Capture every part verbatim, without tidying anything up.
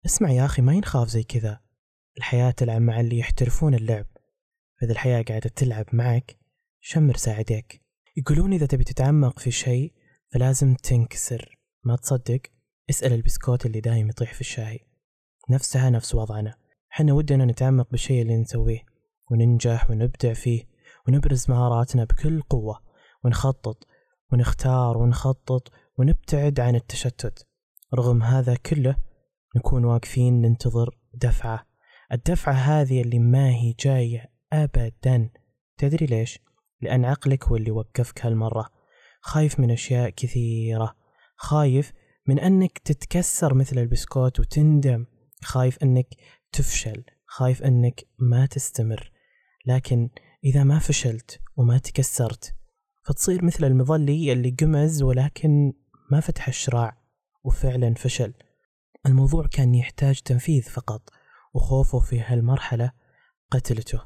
اسمع يا أخي، ما ينخاف زي كذا. الحياة تلعب مع اللي يحترفون اللعب، فإذا الحياة قاعدة تلعب معك شمر ساعديك. يقولون إذا تبي تتعمق في شيء فلازم تنكسر. ما تصدق؟ اسأل البسكوت اللي دايم يطيح في الشاي. نفسها نفس وضعنا، حنا ودنا نتعمق بالشيء اللي نسويه وننجح ونبدع فيه ونبرز مهاراتنا بكل قوة، ونخطط ونختار ونخطط ونبتعد عن التشتت. رغم هذا كله نكون واقفين ننتظر دفعة. الدفعة هذه اللي ما هي جاية أبدا. تدري ليش؟ لأن عقلك هو اللي وقفك هالمرة. خايف من أشياء كثيرة، خايف من أنك تتكسر مثل البسكوت وتندم، خايف أنك تفشل، خايف أنك ما تستمر. لكن إذا ما فشلت وما تكسرت فتصير مثل المظلي اللي قمز ولكن ما فتح الشراع وفعلا فشل. الموضوع كان يحتاج تنفيذ فقط، وخوفه في هالمرحلة قتلته.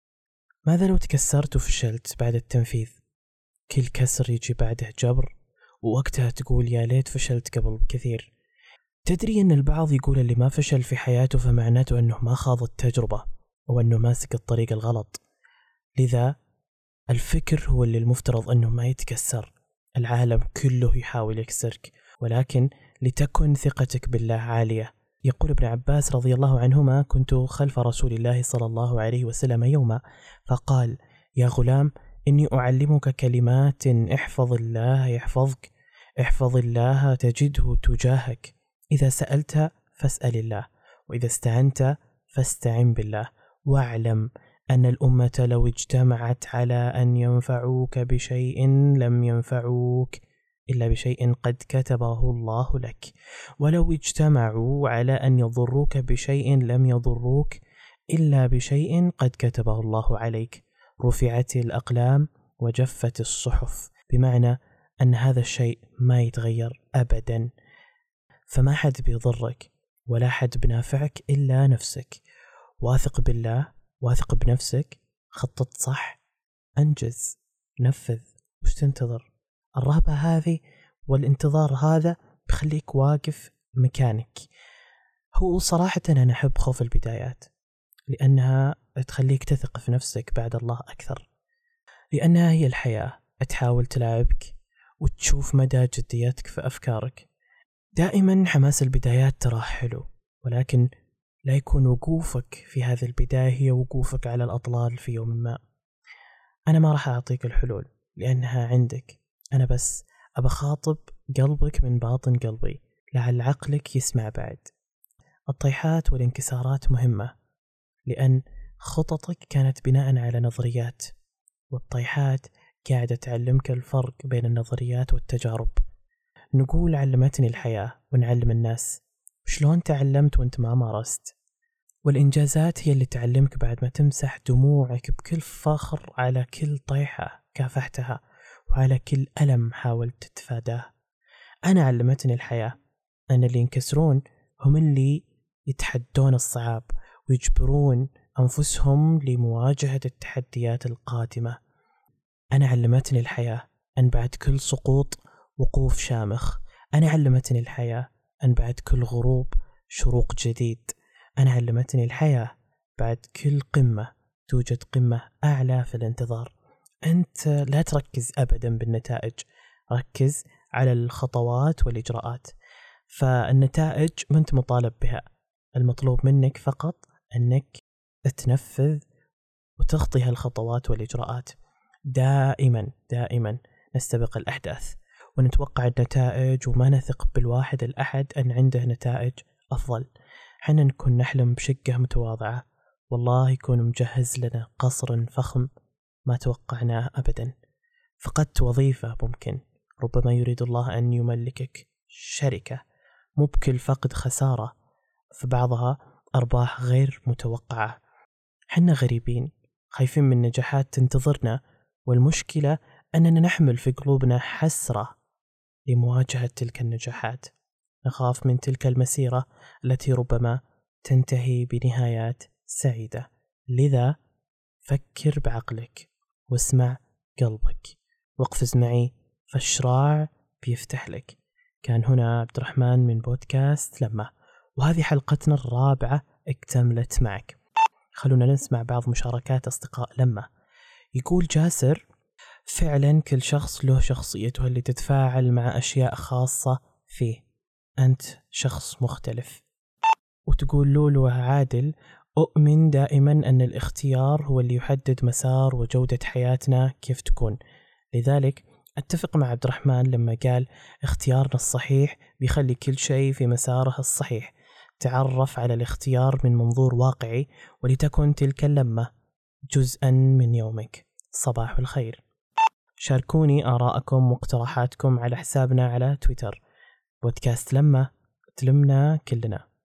ماذا لو تكسرت وفشلت بعد التنفيذ؟ كل كسر يجي بعده جبر، ووقتها تقول يا ليت فشلت قبل بكثير. تدري أن البعض يقول اللي ما فشل في حياته فمعناته أنه ما خاض التجربة أو أنه ماسك الطريق الغلط. لذا الفكر هو اللي المفترض أنه ما يتكسر. العالم كله يحاول يكسرك، ولكن لتكن ثقتك بالله عالية. يقول ابن عباس رضي الله عنهما: كنت خلف رسول الله صلى الله عليه وسلم يوما فقال: يا غلام، إني أعلمك كلمات، احفظ الله يحفظك، احفظ الله تجده تجاهك، إذا سألت فاسأل الله، وإذا استعنت فاستعن بالله، واعلم أن الأمة لو اجتمعت على أن ينفعوك بشيء لم ينفعوك إلا بشيء قد كتبه الله لك، ولو اجتمعوا على أن يضروك بشيء لم يضروك إلا بشيء قد كتبه الله عليك. رفعت الأقلام وجفت الصحف، بمعنى أن هذا الشيء ما يتغير أبدا. فما حد بيضرك ولا حد بنافعك إلا نفسك. واثق بالله، واثق بنفسك، خطط صح، أنجز، نفذ. وش تنتظر؟ الرهبة هذه والانتظار هذا بخليك واقف مكانك. هو صراحة أنا أحب خوف البدايات، لأنها تخليك تثق في نفسك بعد الله أكثر، لأنها هي الحياة تحاول تلاعبك وتشوف مدى جديتك في أفكارك. دائما حماس البدايات ترى حلو، ولكن لا يكون وقوفك في هذه البداية هي وقوفك على الأطلال في يوم ما. أنا ما راح أعطيك الحلول لأنها عندك، أنا بس أبى خاطب قلبك من باطن قلبي لعل عقلك يسمع بعد. الطيحات والانكسارات مهمة، لأن خططك كانت بناء على نظريات، والطيحات قاعدة تعلمك الفرق بين النظريات والتجارب. نقول علمتني الحياة ونعلم الناس، وشلون تعلمت وانت ما مارست. والإنجازات هي اللي تعلمك بعد ما تمسح دموعك بكل فخر على كل طيحة كافحتها وعلى كل ألم حاولت تتفاداه. أنا علمتني الحياة أن اللي ينكسرون هم اللي يتحدون الصعاب ويجبرون أنفسهم لمواجهة التحديات القادمة. أنا علمتني الحياة أن بعد كل سقوط وقوف شامخ. أنا علمتني الحياة أن بعد كل غروب شروق جديد. أنا علمتني الحياة بعد كل قمة توجد قمة أعلى في الانتظار. أنت لا تركز أبدا بالنتائج، ركز على الخطوات والإجراءات. فالنتائج ما أنت مطالب بها، المطلوب منك فقط أنك تنفذ وتخطي هالخطوات والإجراءات. دائما دائما نستبق الأحداث ونتوقع النتائج وما نثق بالواحد الأحد أن عنده نتائج أفضل. حنا نكون نحلم بشقة متواضعة، والله يكون مجهز لنا قصر فخم ما توقعناه أبدا. فقدت وظيفة ممكن، ربما يريد الله أن يملكك شركة، مو بكل فقد خسارة، فبعضها أرباح غير متوقعة. حنا غريبين خايفين من نجاحات تنتظرنا، والمشكلة أننا نحمل في قلوبنا حسرة لمواجهة تلك النجاحات. نخاف من تلك المسيرة التي ربما تنتهي بنهايات سعيدة. لذا فكر بعقلك واسمع قلبك واقفز معي، فالشراع بيفتح لك. كان هنا عبد الرحمن من بودكاست لمة، وهذه حلقتنا الرابعة اكتملت معك. خلونا نسمع بعض مشاركات أصدقاء لمة. يقول جاسر: فعلا كل شخص له شخصيته اللي تتفاعل مع أشياء خاصة فيه، أنت شخص مختلف. وتقول لولو عادل: أؤمن دائما أن الاختيار هو اللي يحدد مسار وجودة حياتنا كيف تكون، لذلك أتفق مع عبد الرحمن لما قال اختيارنا الصحيح بيخلي كل شيء في مساره الصحيح. تعرف على الاختيار من منظور واقعي ولتكن تلك اللمة جزءا من يومك. صباح الخير. شاركوني آراءكم واقتراحاتكم على حسابنا على تويتر بودكاست لمة، تلمنا كلنا.